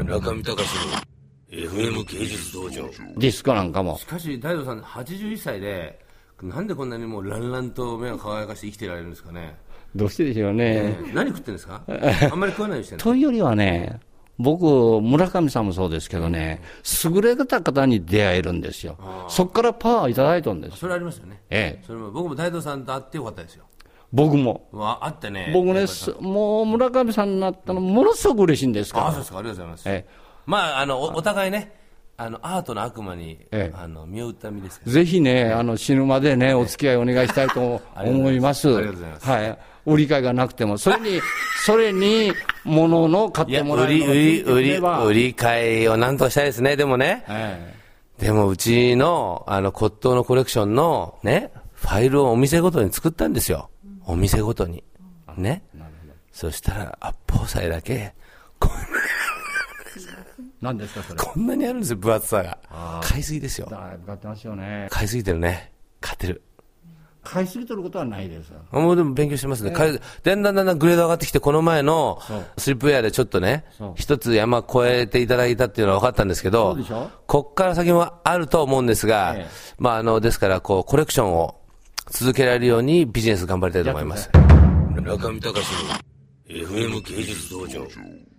中見隆の FM 芸術道場。 ディスコなんかも。 しかし大道さん81歳でなんでこんなにもうランランと目を輝かして生きてられるんですかね。 どうしてでしょうね。 何食ってるんですかあんまり食わないようにしてるんですか。 というよりはね、僕、村上さんもそうですけどね、優れた方に出会えるんですよ。そこからパワーいただいたんです。 それありますよね。それも僕も大道さんと会ってよかったですよ。 僕も。 会ってね。 僕ね、もう村上さんになったのものすごく嬉しいんですから。 そうですか。ありがとうございます。まあ、お互いね、アートの悪魔に、身を売った身ですから。 ぜひね、死ぬまでね、お付き合いお願いしたいと思います。 ありがとうございます。 はい。売り買いがなくても、それに、物の買ってもらえる売り買いをなんとしたいですね、でもね。でも、うちの、骨董のコレクションの、ね、ファイルをお店ごとに作ったんですよ。お店ごとに。ね。そしたら、八宝菜だけ、 何ですかそれ。 こんなにあるんですよ、分厚さが。買いすぎですよ。 だいぶ買ってますよね。 買いすぎてるね。買ってる。 買いすぎとることはないです。 もうでも勉強してますね。だんだんグレード上がってきて、この前のスリップウェアでちょっとね、一つ山越えていただいたっていうのは分かったんですけど、こっから先もあると思うんですが、まあですからコレクションを続けられるようにビジネス頑張りたいと思います。 中見隆の FM 芸術道場。